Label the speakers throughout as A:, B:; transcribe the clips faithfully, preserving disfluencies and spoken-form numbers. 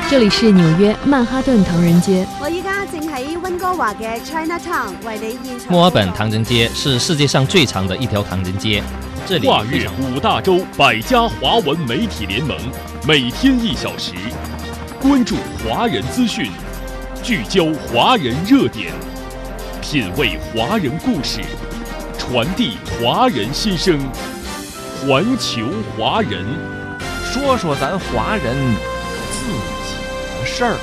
A: 这里是纽约曼哈顿唐人街。
B: 我依家正喺温哥華嘅 Chinatown 為你現場。
C: 墨爾本唐人街是世界上最長的一條唐人街，這裡
D: 跨越五大洲百家華文媒體聯盟，每天一小時，關注華人資訊，聚焦華人熱點，品味華人故事，傳遞華人心聲，環球華人，
E: 說說咱華人自己的事兒。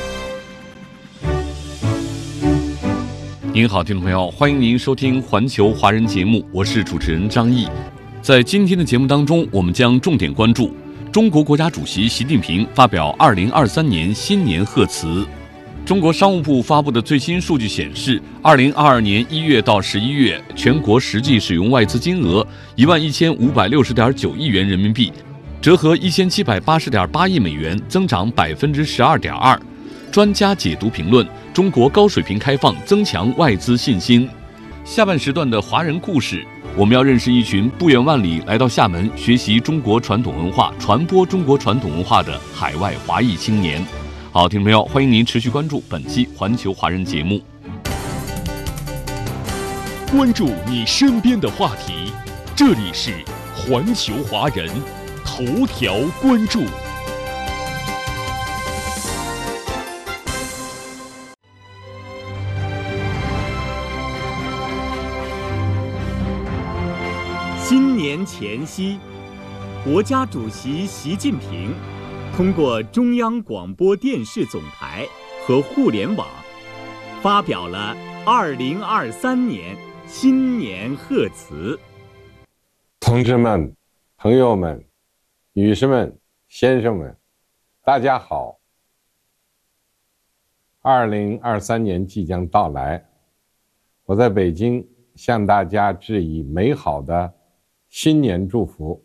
F: 您好，听众朋友，欢迎您收听环球华人节目，我是主持人张毅。在今天的节目当中，我们将重点关注中国国家主席习近平发表二零二三年新年贺词。中国商务部发布的最新数据显示，二零二二年一月到十一月，全国实际使用外资金额一万一千五百六十点九亿元人民币，折合一千七百八十点八亿美元，增长百分之十二点二。专家解读评论：中国高水平开放增强外资信心。下半时段的华人故事，我们要认识一群不远万里来到厦门学习中国传统文化、传播中国传统文化的海外华裔青年。好，听众朋友，欢迎您持续关注本期环球华人节目。
D: 关注你身边的话题，这里是环球华人头条关注。
G: 新年前夕，国家主席习近平通过中央广播电视总台和互联网发表了二零二三年新年贺词。
H: 同志们、朋友们、女士们、先生们，大家好。二零二三年即将到来，我在北京向大家致以美好的新年祝福。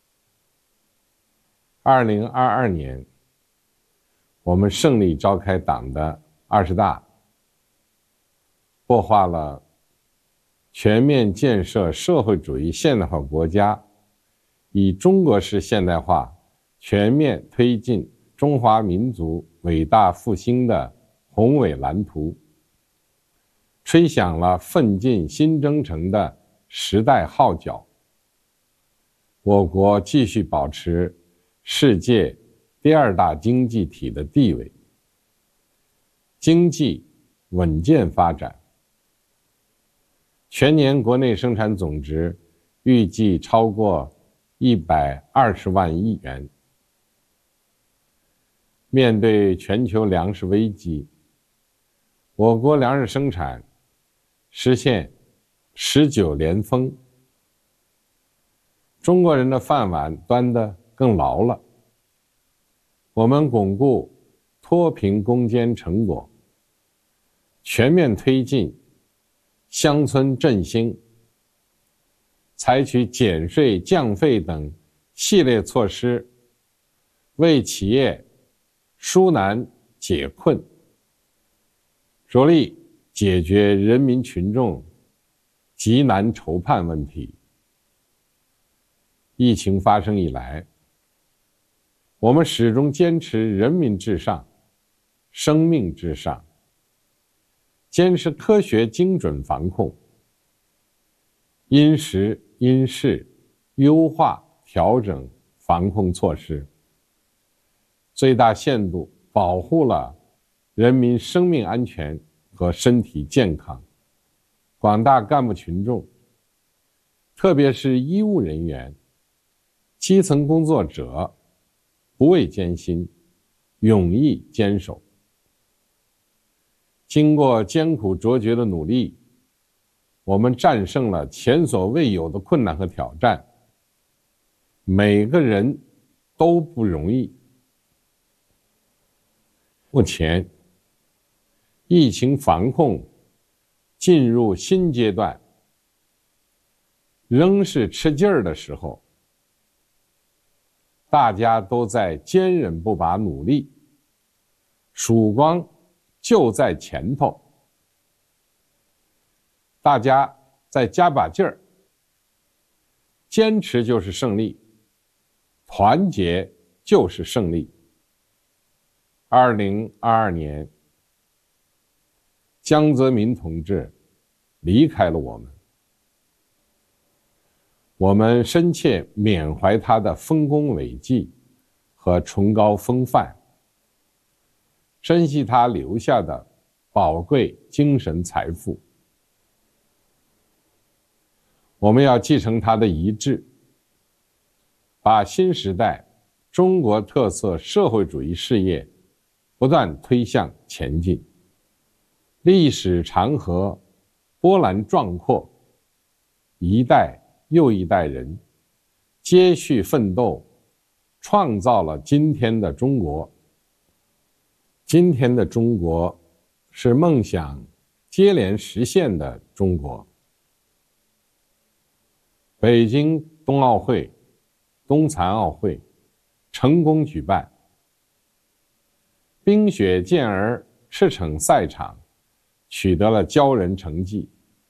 H: 二零二二年，我们胜利召开党的二十大，擘画了全面建设社会主义现代化国家，以中国式现代化全面推进中华民族伟大复兴的宏伟蓝图，吹响了奋进新征程的时代号角。我国继续保持世界第二大经济体的地位，经济稳健发展，全年国内生产总值预计超过一百二十万亿元。面对全球粮食危机，我国粮食生产实现十九连丰，中国人的饭碗端得更牢了。我们巩固脱贫攻坚成果，全面推进乡村振兴，采取减税降费等系列措施，为企业纾难解困，着力解决人民群众急难愁盼问题。疫情发生以来，我们始终坚持人民至上、生命至上，坚持科学精准防控，因时因势优化调整防控措施，最大限度保护了人民生命安全和身体健康。广大干部群众，特别是医务人员、基层工作者不畏艰辛，勇毅坚守。经过艰苦卓绝的努力，我们战胜了前所未有的困难和挑战。每个人都不容易。目前，疫情防控进入新阶段，仍是吃劲儿的时候。大家都在坚韧不拔努力，曙光就在前头。大家再加把劲儿，坚持就是胜利，团结就是胜利。 二零二二年，江泽民同志离开了我们，我们深切缅怀他的丰功伟绩和崇高风范，珍惜他留下的宝贵精神财富。我们要继承他的遗志，把新时代中国特色社会主义事业不断推向前进。历史长河波澜壮阔，一代又一代人接续奋斗，创造了今天的中国。今天的中国是梦想接连实现的中国。北京冬奥会、冬残奥会成功举办，冰雪健儿赤骋赛场取得了骄人成绩。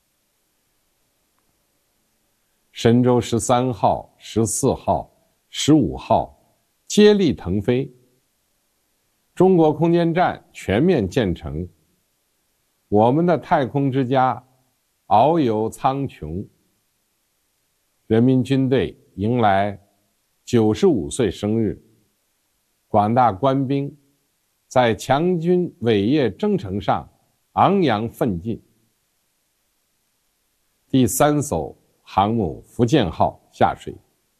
H: 神舟十三号、十四号、十五号接力腾飞，中国空间站全面建成，我们的太空之家遨游苍穹。人民军队迎来九十五岁生日，广大官兵在强军伟业征程上昂扬奋进。第三艘航母福建号下水，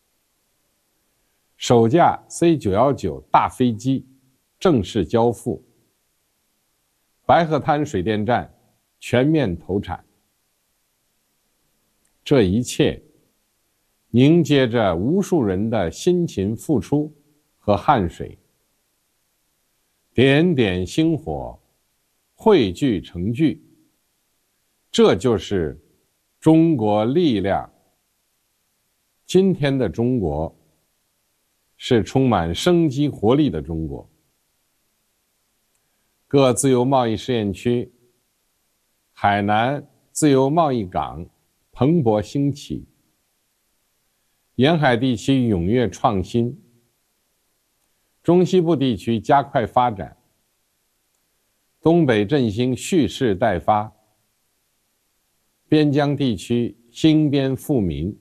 H: 首架 C 九一九大飞机正式交付，白鹤滩水电站全面投产。这一切凝结着无数人的辛勤付出和汗水，点点星火汇聚成聚，这就是中国力量。今天的中国是充满生机活力的中国。各自由贸易试验区、海南自由贸易港蓬勃兴起，沿海地区踊跃创新，中西部地区加快发展，东北振兴蓄势待发，边疆地区兴边富民。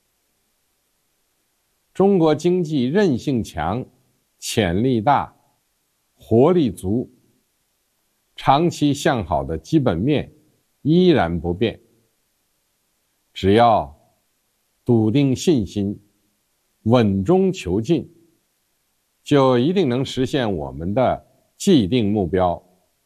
H: 中国经济韧性强，潜力大，活力足，长期向好的基本面依然不变。只要笃定信心，稳中求进，就一定能实现我们的既定目标。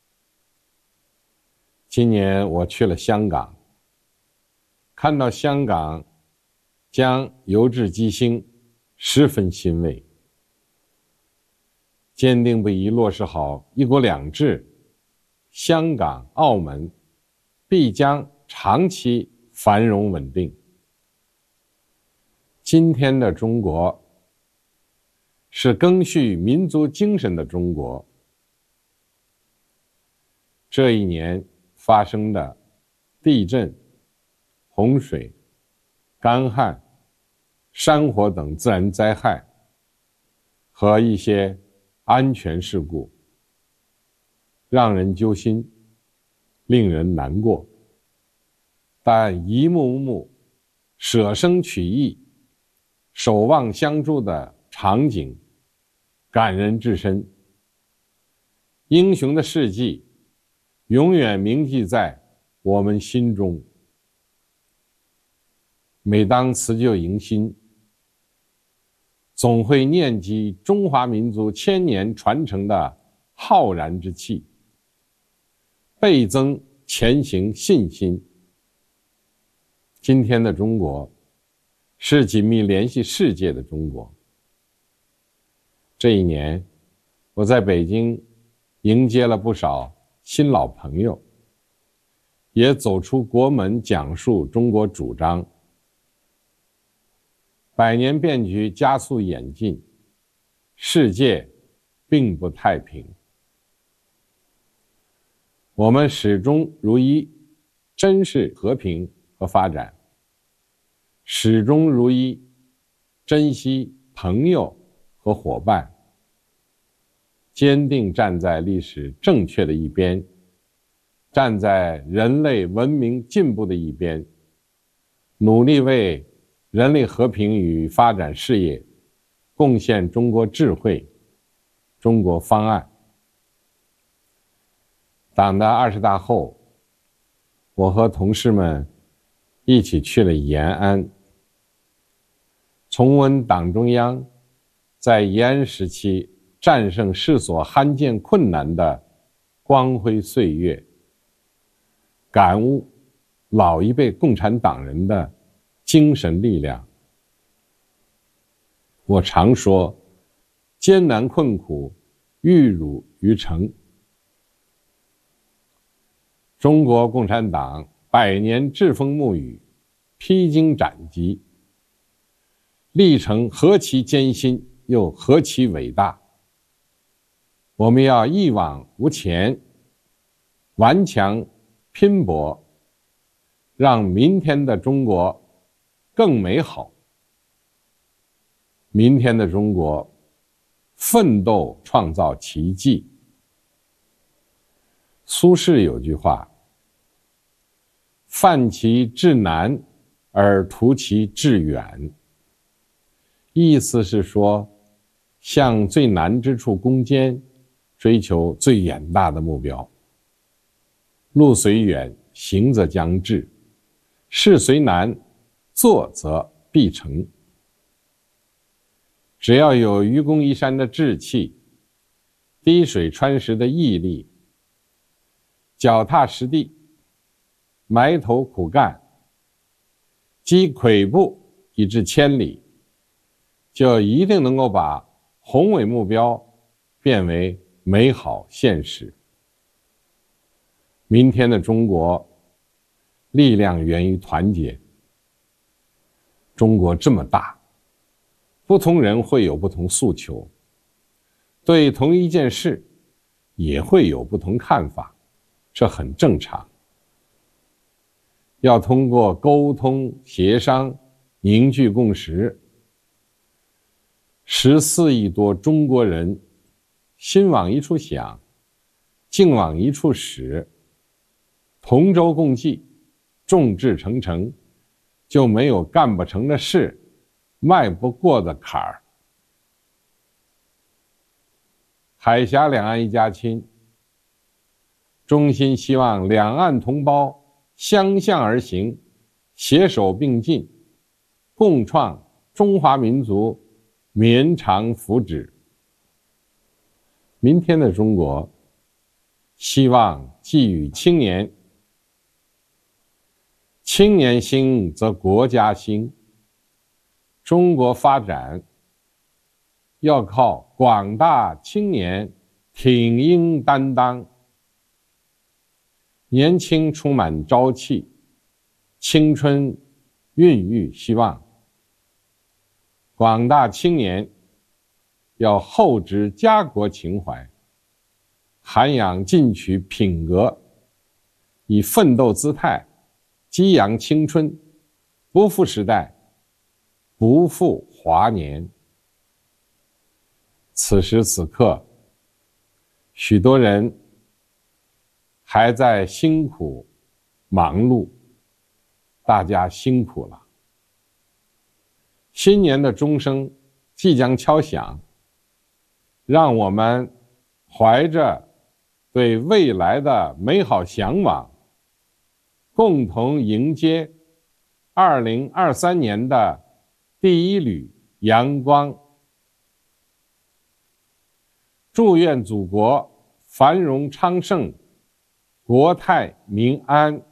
H: 今年我去了香港，看到香港将邮至基兴，十分欣慰。坚定不移落实好一国两制，香港、澳门必将长期繁荣稳定。今天的中国是赓续民族精神的中国。这一年发生的地震、洪水、干旱、山火等自然灾害和一些安全事故，让人揪心，令人难过。但一幕幕舍生取义、守望相助的场景感人至深，英雄的事迹永远铭记在我们心中。每当辞旧迎新，总会念及中华民族千年传承的浩然之气，倍增前行信心。今天的中国是紧密联系世界的中国。这一年，我在北京迎接了不少新老朋友，也走出国门讲述中国主张。百年变局加速演进，世界并不太平。我们始终如一，珍视和平和发展，始终如一，珍惜朋友和伙伴。 坚定站在历史正确的一边，站在人类文明进步的一边，努力为人类和平与发展事业贡献中国智慧、中国方案。党的二十大后，我和同事们一起去了延安，重温党中央在延安时期战胜世所罕见困难的光辉岁月，感悟老一辈共产党人的精神力量。我常说，艰难困苦，玉汝于成。中国共产党百年栉风沐雨，披荆斩棘，历程何其艰辛，又何其伟大！我们要一往无前，顽强拼搏，让明天的中国更美好。明天的中国，奋斗创造奇迹。苏轼有句话：犯其至难而图其至远，意思是说，向最难之处攻坚，追求最远大的目标。路虽远，行则将至；事虽难，做则必成。只要有愚公移山的志气，滴水穿石的毅力，脚踏实地，埋头苦干，积跬步以至千里，就一定能够把宏伟目标变为美好现实。明天的中国，力量源于团结。中国这么大，不同人会有不同诉求，对同一件事也会有不同看法，这很正常。要通过沟通协商凝聚共识。十四亿多中国人心往一处想，劲往一处使，同舟共济，众志成城，就没有干不成的事，迈不过的坎儿。海峡两岸一家亲，衷心希望两岸同胞相向而行，携手并进，共创中华民族绵长福祉。明天的中国，希望寄予青年。青年兴则国家兴，中国发展要靠广大青年挺膺担当。年轻充满朝气，青春孕育希望。广大青年要厚植家国情怀，涵养进取品格，以奋斗姿态激扬青春，不负时代，不负华年。此时此刻，许多人还在辛苦忙碌，大家辛苦了。新年的钟声即将敲响，让我们怀着对未来的美好向往，共同迎接二零二三年的第一缕阳光。祝愿祖国繁荣昌盛，国泰民安。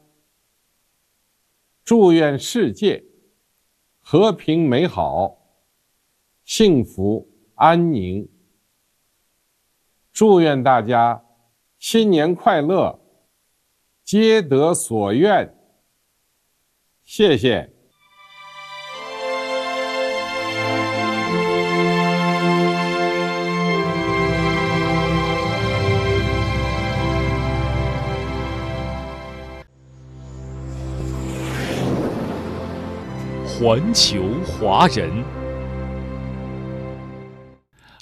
H: 祝愿世界和平美好，幸福安宁。祝愿大家新年快乐，皆得所愿。谢谢。
D: 环球华人。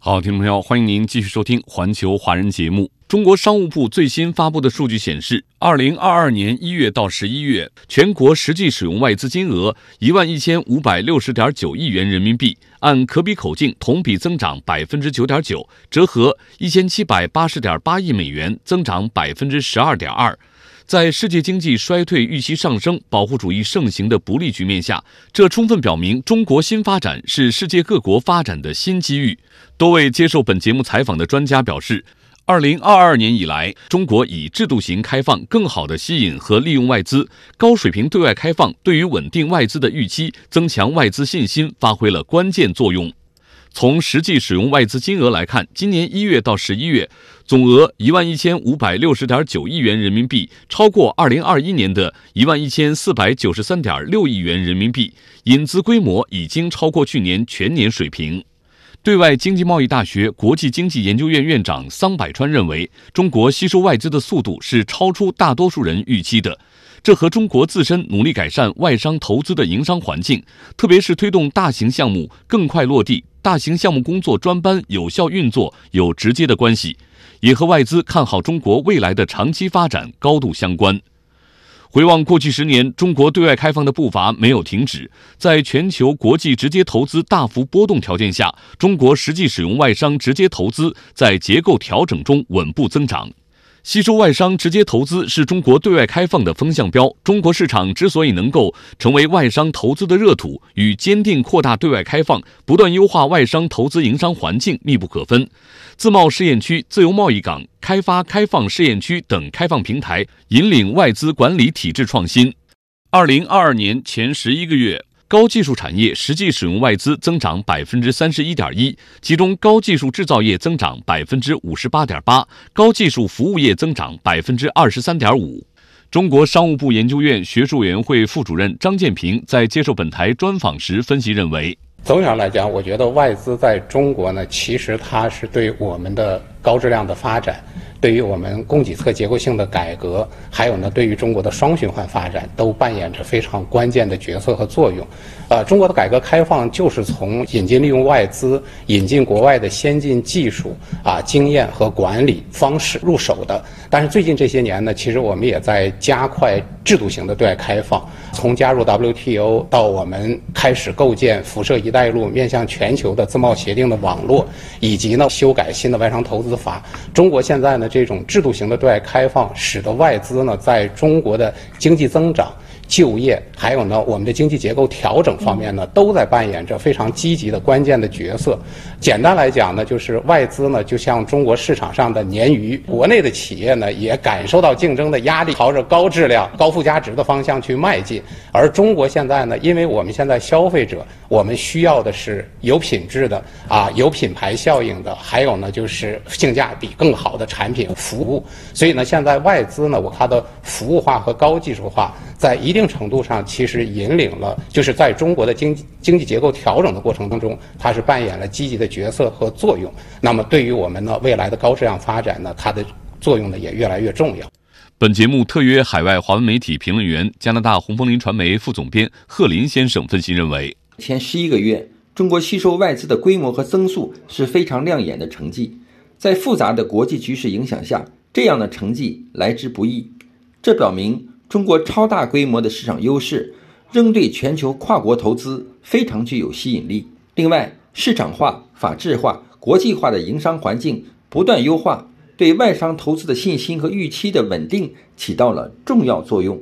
F: 好，听众朋友，欢迎您继续收听环球华人节目。中国商务部最新发布的数据显示，二零二二年一月到十一月，全国实际使用外资金额一万一千五百六十点九亿元人民币，按可比口径同比增长百分之九点九，折合一千七百八十点八亿美元，增长百分之十二点二。在世界经济衰退预期上升、保护主义盛行的不利局面下，这充分表明中国新发展是世界各国发展的新机遇。多位接受本节目采访的专家表示，二零二二年以来，中国以制度型开放更好地吸引和利用外资，高水平对外开放对于稳定外资的预期、增强外资信心发挥了关键作用。从实际使用外资金额来看，今年一月到十一月，总额一万一千五百六十点九亿元人民币，超过二零二一年的一万一千四百九十三点六亿元人民币，引资规模已经超过去年全年水平。对外经济贸易大学国际经济研究院院长桑百川认为，中国吸收外资的速度是超出大多数人预期的。这和中国自身努力改善外商投资的营商环境，特别是推动大型项目更快落地、大型项目工作专班有效运作有直接的关系，也和外资看好中国未来的长期发展高度相关。回望过去十年，中国对外开放的步伐没有停止。在全球国际直接投资大幅波动条件下，中国实际使用外商直接投资在结构调整中稳步增长。吸收外商直接投资是中国对外开放的风向标。中国市场之所以能够成为外商投资的热土，与坚定扩大对外开放、不断优化外商投资营商环境密不可分。自贸试验区、自由贸易港、开发开放试验区等开放平台引领外资管理体制创新。二零二二年前十一个月，高技术产业实际使用外资增长百分之三十一点一，其中高技术制造业增长百分之五十八点八，高技术服务业增长百分之二十三点五。中国商务部研究院学术委员会副主任张建平在接受本台专访时分析认为，
I: 总体上来讲，我觉得外资在中国呢，其实它是对我们的高质量的发展，对于我们供给侧结构性的改革，还有呢，对于中国的双循环发展，都扮演着非常关键的角色和作用。呃，中国的改革开放就是从引进利用外资、引进国外的先进技术啊、经验和管理方式入手的。但是最近这些年呢，其实我们也在加快制度型的对外开放，从加入 W T O 到我们开始构建辐射“一带一路”面向全球的自贸协定的网络，以及呢修改新的外商投资法。中国现在呢这种制度型的对外开放，使得外资呢在中国的经济增长、就业，还有呢我们的经济结构调整方面呢，都在扮演着非常积极的关键的角色。简单来讲呢，就是外资呢就像中国市场上的鲶鱼，国内的企业呢也感受到竞争的压力，朝着高质量、高附加值的方向去迈进。而中国现在呢，因为我们现在消费者，我们需要的是有品质的啊，有品牌效应的，还有呢就是性价比更好的产品服务。所以呢，现在外资呢，我它的服务化和高技术化，在一定程度上其实引领了，就是在中国的经济经济结构调整的过程当中，它是扮演了积极的角色和作用。那么对于我们呢未来的高质量发展呢，它的作用呢也越来越重要。
F: 本节目特约海外华文媒体评论员、加拿大红枫林传媒副总编贺林先生分析认为，
J: 前十一个月，中国吸收外资的规模和增速是非常亮眼的成绩。在复杂的国际局势影响下，这样的成绩来之不易。这表明中国超大规模的市场优势仍对全球跨国投资非常具有吸引力。另外，市场化、法治化、国际化的营商环境不断优化，对外商投资的信心和预期的稳定起到了重要作用。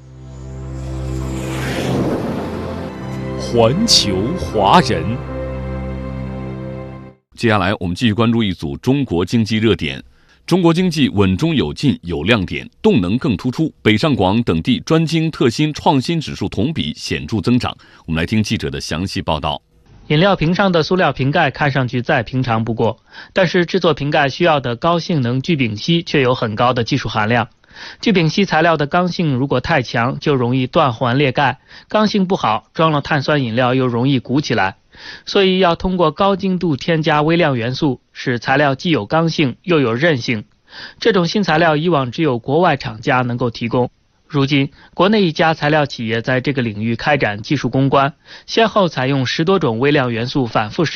D: 环球华人，
F: 接下来我们继续关注一组中国经济热点。中国经济稳中有进，有亮点，动能更突出。北上广等地专精特新创新指数同比显著增长。我们来听记者的详细报道。
K: 饮料瓶上的塑料瓶盖看上去再平常不过，但是制作瓶盖需要的高性能聚丙烯却有很高的技术含量。聚丙烯材料的刚性如果太强，就容易断环裂盖；刚性不好，装了碳酸饮料又容易鼓起来。所以要通过高精度添加微量元素，使材料既有刚性又有韧性。这种新材料以往只有国外厂家能够提供，如今国内一家材料企业在这个领域开展技术攻关，先后采用十多种微量元素反复试验，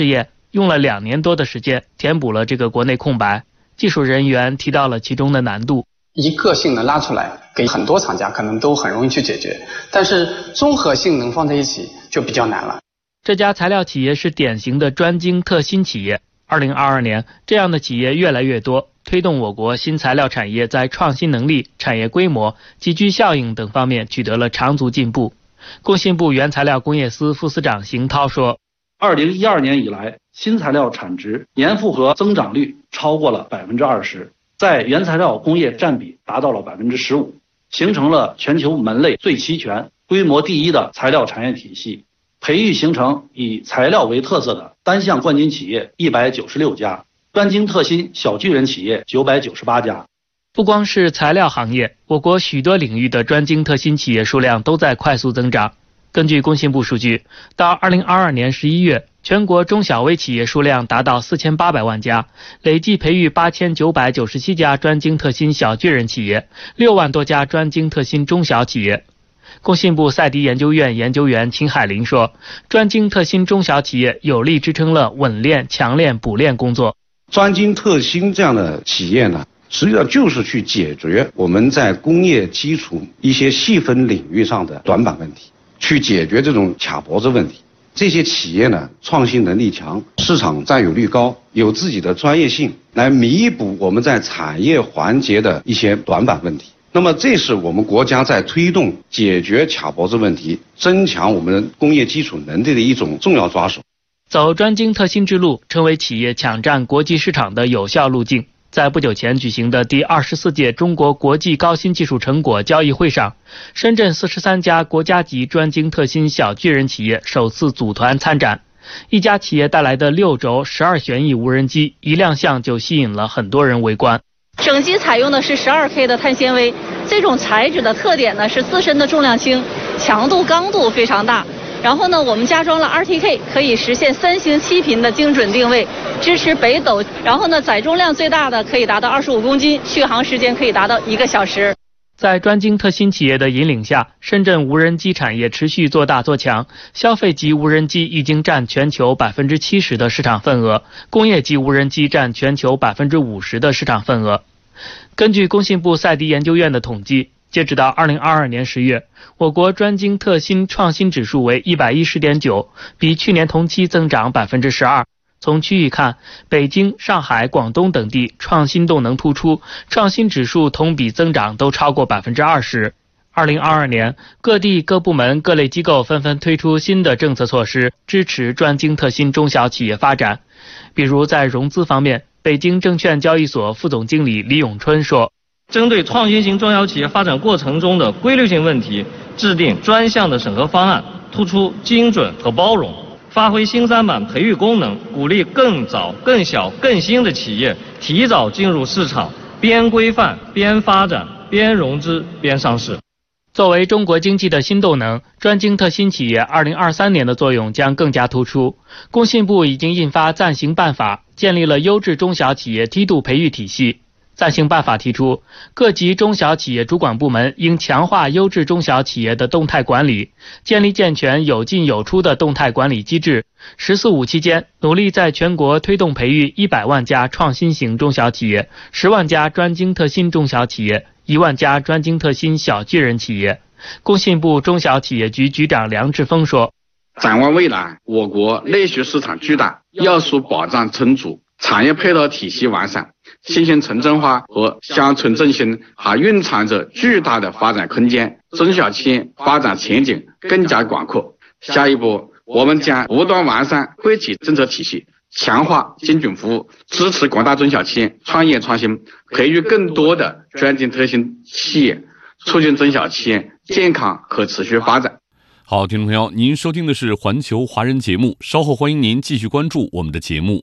K: 用了两年多的时间填补了这个国内空白。技术人员提到了其中的难度。
L: 一个性能拉出来给很多厂家可能都很容易去解决，但是综合性能放在一起就比较难了。
K: 这家材料企业是典型的专精特新企业。二零二二年，这样的企业越来越多，推动我国新材料产业在创新能力、产业规模、集聚效应等方面取得了长足进步。工信部原材料工业司副司长邢涛说，
M: 二零一二年以来，新材料产值年复合增长率超过了百分之二十，在原材料工业占比达到了百分之十五，形成了全球门类最齐全、规模第一的材料产业体系，培育形成以材料为特色的单项冠军企业一百九十六家，专精特新小巨人企业九百九十八家。
K: 不光是材料行业，我国许多领域的专精特新企业数量都在快速增长。根据工信部数据，到二零二二年十一月，全国中小微企业数量达到四千八百万家，累计培育八千九百九十七家专精特新小巨人企业，六万多家专精特新中小企业。工信部赛迪研究院研究员秦海林说，专精特新中小企业有力支撑了稳链、强链、补链工作。
N: 专精特新这样的企业呢，实际上就是去解决我们在工业基础一些细分领域上的短板问题，去解决这种卡脖子问题。这些企业呢，创新能力强，市场占有率高，有自己的专业性，来弥补我们在产业环节的一些短板问题。那么这是我们国家在推动解决卡脖子问题、增强我们工业基础能力的一种重要抓手。
K: 走专精特新之路，成为企业抢占国际市场的有效路径。在不久前举行的第二十四届中国国际高新技术成果交易会上，深圳四十三家国家级专精特新小巨人企业首次组团参展。一家企业带来的六轴十二旋翼无人机一亮相就吸引了很多人围观。
O: 整机采用的是 十二K 的碳纤维，这种材质的特点呢是自身的重量轻，强度刚度非常大。然后呢，我们加装了 R T K， 可以实现三星七频的精准定位，支持北斗。然后呢，载重量最大的可以达到二十五公斤，续航时间可以达到一个小时。
K: 在专精特新企业的引领下，深圳无人机产业持续做大做强，消费级无人机已经占全球百分之七十的市场份额，工业级无人机占全球百分之五十的市场份额。根据工信部赛迪研究院的统计，截止到二零二二年十月，我国专精特新创新指数为 一百一十点九， 比去年同期增长 百分之十二。从区域看，北京、上海、广东等地创新动能突出，创新指数同比增长都超过 百分之二十。二零二二年，各地各部门各类机构纷纷推出新的政策措施，支持专精特新中小企业发展。比如在融资方面，北京证券交易所副总经理李永春说，
P: 针对创新型中小企业发展过程中的规律性问题，制定专项的审核方案，突出精准和包容，发挥新三板培育功能，鼓励更早、更小、更新的企业提早进入市场，边规范边发展，边融资边上市。
K: 作为中国经济的新动能，专精特新企业二零二三年的作用将更加突出。工信部已经印发暂行办法，建立了优质中小企业梯度培育体系。暂行办法提出，各级中小企业主管部门应强化优质中小企业的动态管理，建立健全有进有出的动态管理机制。十四五期间，努力在全国推动培育一百万家创新型中小企业，十万家专精特新中小企业，一万家专精特新小巨人企业。工信部中小企业局局长梁志峰说，
Q: 展望未来，我国内需市场巨大，要素保障充足，产业配套体系完善，新型城镇化和乡村振兴还蕴藏着巨大的发展空间，中小企业发展前景更加广阔。下一步，我们将不断完善惠企政策体系，强化精准服务，支持广大中小企业创业创新，培育更多的专精特新企业，促进中小企业健康和持续发展。
F: 好，听众朋友，您收听的是环球华人节目，稍后欢迎您继续关注我们的节目。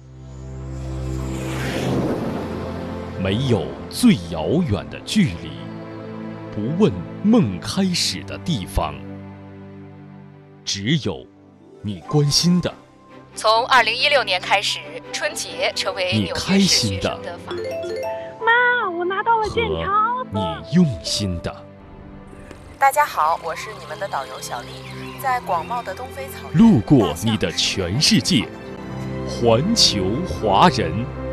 D: 没有最遥远的距离，不问梦开始的地方，只有你关心的。
R: 从二零一六年开始，春节成为
D: 你开心的
R: 法定节日。
S: 妈，我拿到了健康
D: 和你用心的。
R: 大家好，我是你们的导游小丽，在广袤的东非草原，
D: 路过你的全世界。 环球华人。